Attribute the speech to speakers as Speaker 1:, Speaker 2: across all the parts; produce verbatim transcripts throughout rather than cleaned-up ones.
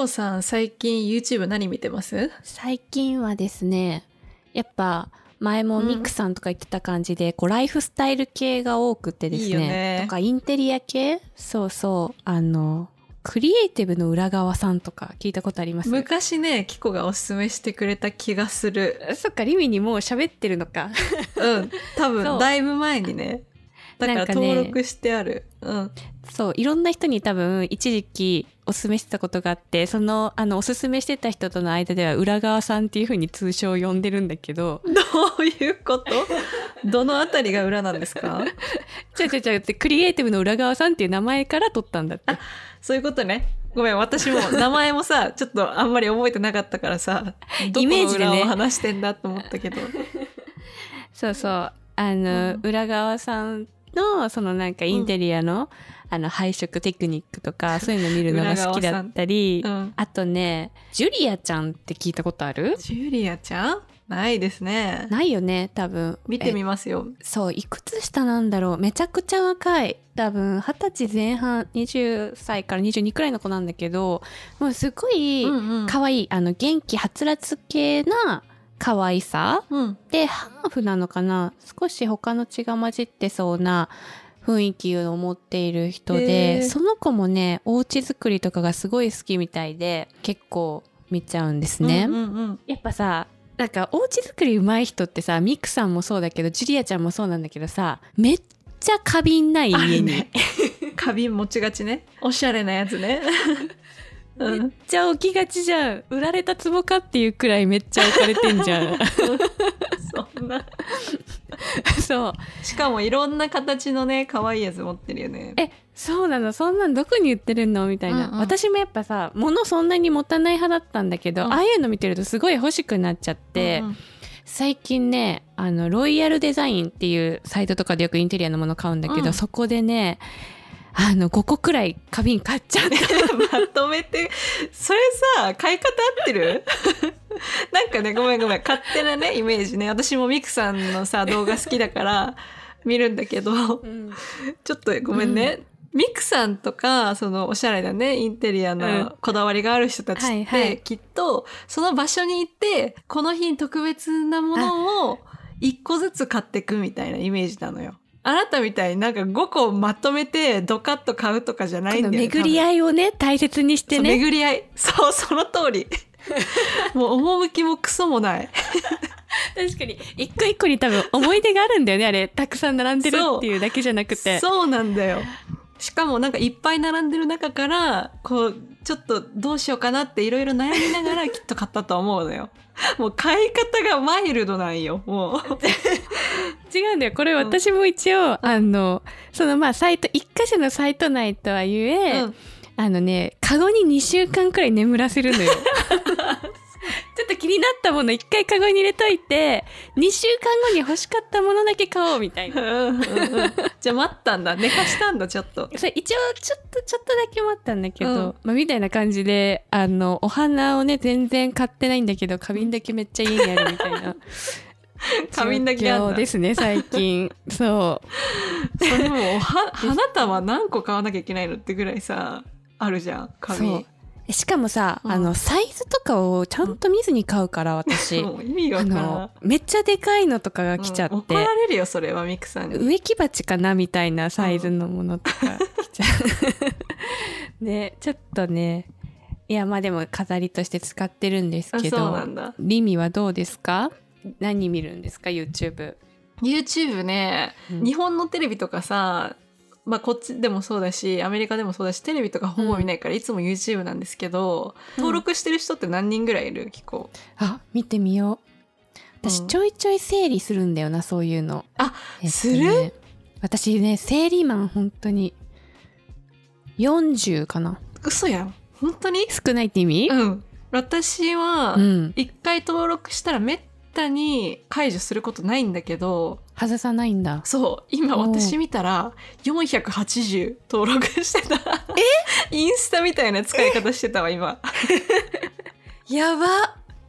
Speaker 1: こさん最近 YouTube 何見てます？
Speaker 2: 最近はですね、やっぱ前もミックさんとか言ってた感じで、うん、こうライフスタイル系が多くてですね、
Speaker 1: いいよね
Speaker 2: とかインテリア系、そうそうあのクリエイティブの裏側さんとか聞いたことあります？
Speaker 1: 昔ね、キコがおすすめしてくれた気がする。
Speaker 2: そっか、リミにもう喋ってるのか。
Speaker 1: うん多分だいぶ前にね、だから登録してある、ね、うん
Speaker 2: そういろんな人に多分一時期おすすめしてたことがあって、そのあのおすすめしてた人との間では裏側さんっていう風に通称呼んでるんだけど、
Speaker 1: どういうこと？どのあたりが裏なんですか？
Speaker 2: 違う違う違うってクリエイティブの裏側さんっていう名前から取ったんだって。
Speaker 1: あ、そういうことね。ごめん、私も名前もさちょっとあんまり覚えてなかったからさどこの裏を話してんだと思ったけど、ね、
Speaker 2: そうそうあの、うん、裏側さんのそのなんかインテリアの、うん、あの配色テクニックとかそういうの見るのが好きだったり、うん、あとねジュリアちゃんって聞いたことある？
Speaker 1: ジュリアちゃん？ないですね。
Speaker 2: ないよね多分。
Speaker 1: 見てみますよ。
Speaker 2: そういくつ下なんだろう、めちゃくちゃ若い、多分はたちぜん半、はたちからにじゅうにくらいの子なんだけど、もうすごい可愛い、うんうん、あの元気はつらつ系な可愛さ、うん、でハーフなのかな、少し他の血が混じってそうな雰囲気を持っている人で、その子もねお家作りとかがすごい好きみたいで結構見ちゃうんですね、うんうんうん、やっぱさなんかお家作り上手い人ってさ、ミクさんもそうだけどジュリアちゃんもそうなんだけどさ、めっちゃ花瓶ない家に、ね、
Speaker 1: 花瓶持ちがちね、おしゃれなやつね
Speaker 2: めっちゃ置きがちじゃん。売られた壺かっていうくらいめっちゃ置かれてんじゃん
Speaker 1: そんな
Speaker 2: そう
Speaker 1: しかもいろんな形のね可愛いやつ持ってるよね。
Speaker 2: えそうなの、そんなんどこに売ってるのみたいな、うんうん、私もやっぱさ物そんなに持たない派だったんだけど、うん、ああいうの見てるとすごい欲しくなっちゃって、うんうん、最近ねあのロイヤルデザインっていうサイトとかでよくインテリアのもの買うんだけど、うん、そこでねあのごこくらい花瓶買っちゃった
Speaker 1: まとめてそれさ買い方合ってるなんかねごめんごめん勝手なねイメージね、私もミクさんのさ動画好きだから見るんだけど、うん、ちょっとごめんね、うん、ミクさんとかそのおしゃれなねインテリアのこだわりがある人たちって、うんはいはい、きっとその場所に行ってこの日特別なものをいっこずつ買っていくみたいなイメージなのよ。あなたみたいになんかごこまとめてドカッと買うとかじゃないんだよね。
Speaker 2: 巡り合いをね大切にしてね。
Speaker 1: 巡り合い、そうその通りもう趣もクソもない
Speaker 2: 確かに一個一個に多分思い出があるんだよねあれたくさん並んでるっていうだけじゃなくて。
Speaker 1: そう、そうなんだよ。しかもなんかいっぱい並んでる中からこうちょっとどうしようかなっていろいろ悩みながらきっと買ったと思うのよもう買い方がワイルドなんよもう
Speaker 2: 違うんだよこれ私も一応、うん、あのそのまあサイト一箇所のサイト内とはいえ、うん、あのねカゴににしゅうかんくらい眠らせるのよちょっと気になったもの一回カゴに入れといてにしゅうかんごに欲しかったものだけ買おうみたいなうん、うん、
Speaker 1: じゃあ待ったんだ、寝かしたんだ。ちょっと
Speaker 2: それ一応ちょっとちょっとだけ待ったんだけど、うんまあ、みたいな感じであのお花をね全然買ってないんだけど花瓶だけめっちゃ家にあるみたいな
Speaker 1: 花瓶だけあるんだ
Speaker 2: ですね最近そう
Speaker 1: それもう花束何個買わなきゃいけないのってぐらいさあるじゃん花瓶。
Speaker 2: しかもさ、うん、あのサイズとかをちゃんと見ずに買うから私、
Speaker 1: うん、意味わからん。あの
Speaker 2: めっちゃでかいのとかが来ちゃって、うん、
Speaker 1: 怒られるよそれはミクさんに。
Speaker 2: 植木鉢かなみたいなサイズのものとか来ちゃうでちょっとねいやまあでも飾りとして使ってるんですけど。
Speaker 1: そうなんだ。
Speaker 2: リミはどうですか？何見るんですか YouTube。
Speaker 1: YouTube ね、うん、日本のテレビとかさまあ、こっちでもそうだしアメリカでもそうだしテレビとかほぼ見ないから、うん、いつも YouTube なんですけど、うん、登録してる人って何人ぐらいいる？結構。
Speaker 2: あ見てみよう。私ちょいちょい整理するんだよな、うん、そういうの。
Speaker 1: あ、えっとね、する？
Speaker 2: 私ね整理マン本当によんじゅうかな。
Speaker 1: 嘘やん本当に？
Speaker 2: 少ないって意味？
Speaker 1: うん私は一回登録したらめったに解除することないんだけど
Speaker 2: 外さないんだ。
Speaker 1: そう今私見たらよんひゃくはちじゅう登録してた。えインスタみたいな使い方してたわ今
Speaker 2: やば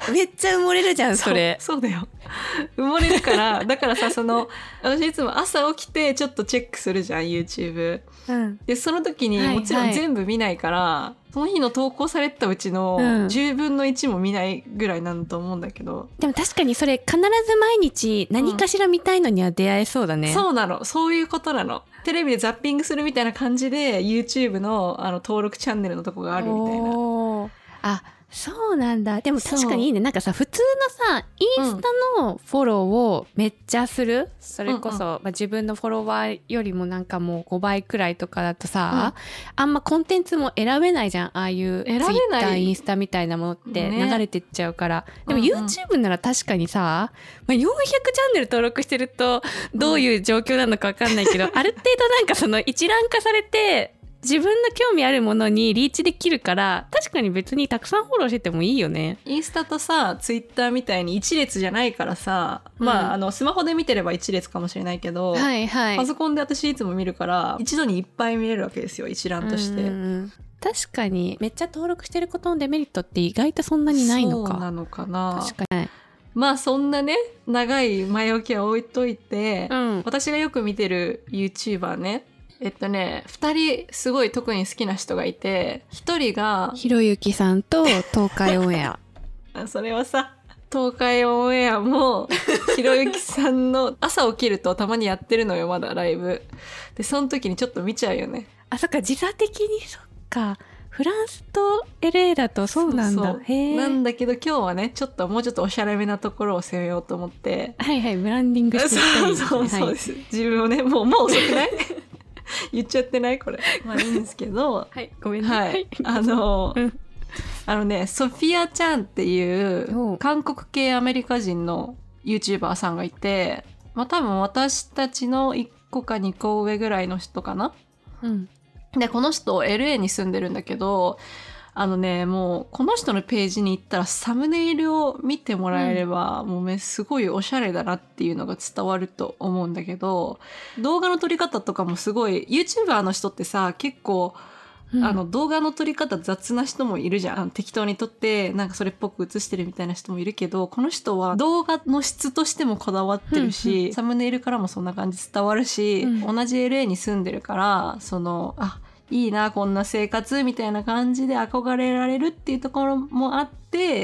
Speaker 2: めっちゃ埋もれるじゃんそれ。
Speaker 1: そう、そうだよ埋もれるからだからさその私いつも朝起きてちょっとチェックするじゃん YouTube、うん、でその時にもちろん全部見ないから、はいはい、その日の投稿されたうちのじゅうぶんのいちも見ないぐらいなんだと思うんだけど、
Speaker 2: でも確かにそれ必ず毎日何かしら見たいのには出会えそうだね、
Speaker 1: うん、そうなの、そういうことなの。テレビでザッピングするみたいな感じで YouTube の, あの登録チャンネルのとこがあるみたいな。
Speaker 2: あ、そうなんだ。でも確かにいいね。なんかさ普通のさインスタのフォローをめっちゃする、うん、それこそ、まあ、自分のフォロワーよりもなんかもうごばいくらいとかだとさ、うん、あんまコンテンツも選べないじゃん。ああいうツイッターインスタみたいなものって流れてっちゃうから、ね、でも YouTube なら確かにさ、まあ、よんひゃくチャンネル登録してるとどういう状況なのか分かんないけど、うん、ある程度なんかその一覧化されて自分の興味あるものにリーチできるから、確かに別にたくさんフォローしててもいいよね。
Speaker 1: インスタとさツイッターみたいに一列じゃないからさ、うん、まああのスマホで見てれば一列かもしれないけど、はいはい、パソコンで私いつも見るから一度にいっぱい見れるわけですよ、一覧として。うんうん、
Speaker 2: 確かにめっちゃ登録してることのデメリットって意外とそんなにないのか。
Speaker 1: そうなのかな。
Speaker 2: 確かに。
Speaker 1: まあそんなね長い前置きは置いといて、うん、私がよく見てる YouTuber ね、えっとねふたりすごい特に好きな人がいて、ひとりが
Speaker 2: ひろゆきさんと東海オンエア
Speaker 1: それはさ東海オンエアもひろゆきさんの朝起きるとたまにやってるのよ、まだライブで。その時にちょっと見ちゃうよね。
Speaker 2: あ、そっか、時差的に。そっか、フランスと エルエー だとそうなんだ。そうそう、へー。
Speaker 1: なんだけど今日はねちょっともうちょっとおしゃれめなところを攻めようと思って、
Speaker 2: はいはい、ブランディングしていきたいですね。
Speaker 1: そうそうそうです、はい、自分をねもうもう遅くない言っちゃってないこれ。まあいいんですけど
Speaker 2: はい、ごめんなさい、はい、
Speaker 1: あの、うん、あのねソフィアちゃんっていう韓国系アメリカ人の YouTuber さんがいて、まあ多分私たちのいっこかにこ上ぐらいの人かな、うん、でこの人 エルエー に住んでるんだけど、あのねもうこの人のページに行ったらサムネイルを見てもらえれば、うん、もうねすごいおしゃれだなっていうのが伝わると思うんだけど、動画の撮り方とかもすごい YouTuber の人ってさ結構、うん、あの動画の撮り方雑な人もいるじゃん。適当に撮ってなんかそれっぽく映してるみたいな人もいるけど、この人は動画の質としてもこだわってるし、うんうん、サムネイルからもそんな感じ伝わるし、うん、同じ エルエー に住んでるからそのあいいなこんな生活みたいな感じで憧れられるっていうところもあって、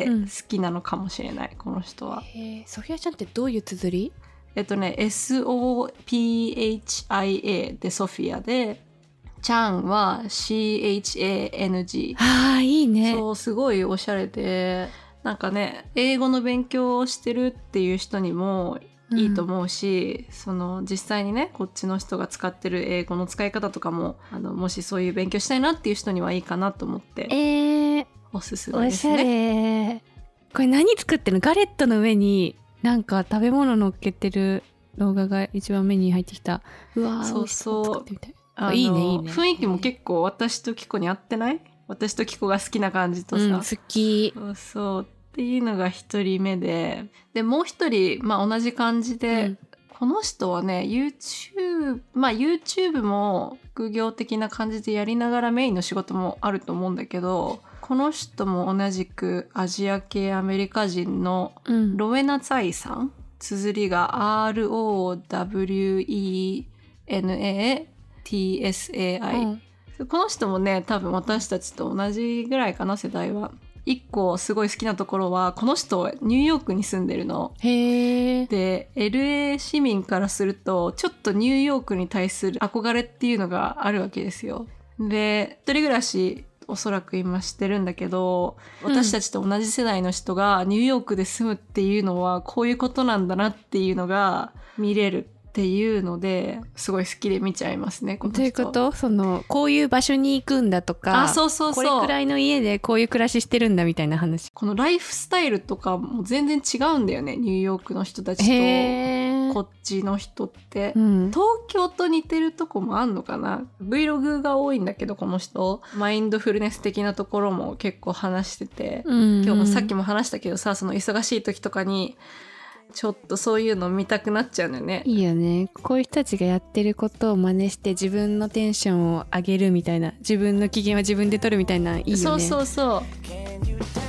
Speaker 1: うん、好きなのかもしれないこの人は。
Speaker 2: へー、ソフィアちゃんってどういう綴り？
Speaker 1: えっとね エスオーピーエイチアイエー でソフィアで、チャンは シーエイチエーエヌジー。
Speaker 2: あーいいね。
Speaker 1: そうすごいおしゃれで、なんかね英語の勉強をしてるっていう人にもいいと思うし、うん、その実際にねこっちの人が使ってる英語の使い方とかもあのもしそういう勉強したいなっていう人にはいいかなと思って、えー、おすすめですね。おしゃれ。
Speaker 2: これ何作ってるの？ガレットの上になんか食べ物乗っけてる動画が一番目に入ってきた。うわー、そうそう、作ってみたい。あ、いいねいいね。
Speaker 1: 雰囲気も結構私とキコに合ってない？私とキコが好きな感じとさ、うん、
Speaker 2: 好き。
Speaker 1: そうそうっていうのが一人目で、でもう一人、まあ、同じ感じで、うん、この人はね YouTube まあ YouTube も副業的な感じでやりながらメインの仕事もあると思うんだけど、この人も同じくアジア系アメリカ人のロエナツァイさん、うん、綴りが アールオーダブリューイーエヌエーティーエスエーアイ、うん、この人もね多分私たちと同じぐらいかな、世代は。一個すごい好きなところはこの人ニューヨークに住んでるの。へー。で エルエー 市民からするとちょっとニューヨークに対する憧れっていうのがあるわけですよ。で一人暮らしおそらく今してるんだけど、私たちと同じ世代の人がニューヨークで住むっていうのはこういうことなんだなっていうのが見れるっていうのですごい好きで見ちゃいますね、この人。
Speaker 2: ということ？そのこういう場所に行くんだとか、
Speaker 1: あ、そうそうそう、
Speaker 2: これくらいの家でこういう暮らししてるんだみたいな話。
Speaker 1: このライフスタイルとかも全然違うんだよね、ニューヨークの人たちとこっちの人って、うん、東京と似てるとこもあんのかな。 Vlog が多いんだけどこの人マインドフルネス的なところも結構話してて、うんうん、今日もさっきも話したけどさ、その忙しい時とかにちょっとそういうの見たくなっちゃうのよね。
Speaker 2: いいよね、こういう人たちがやってることを真似して自分のテンションを上げるみたいな、自分の機嫌は自分で取るみたいな、いいよね。
Speaker 1: そうそうそう。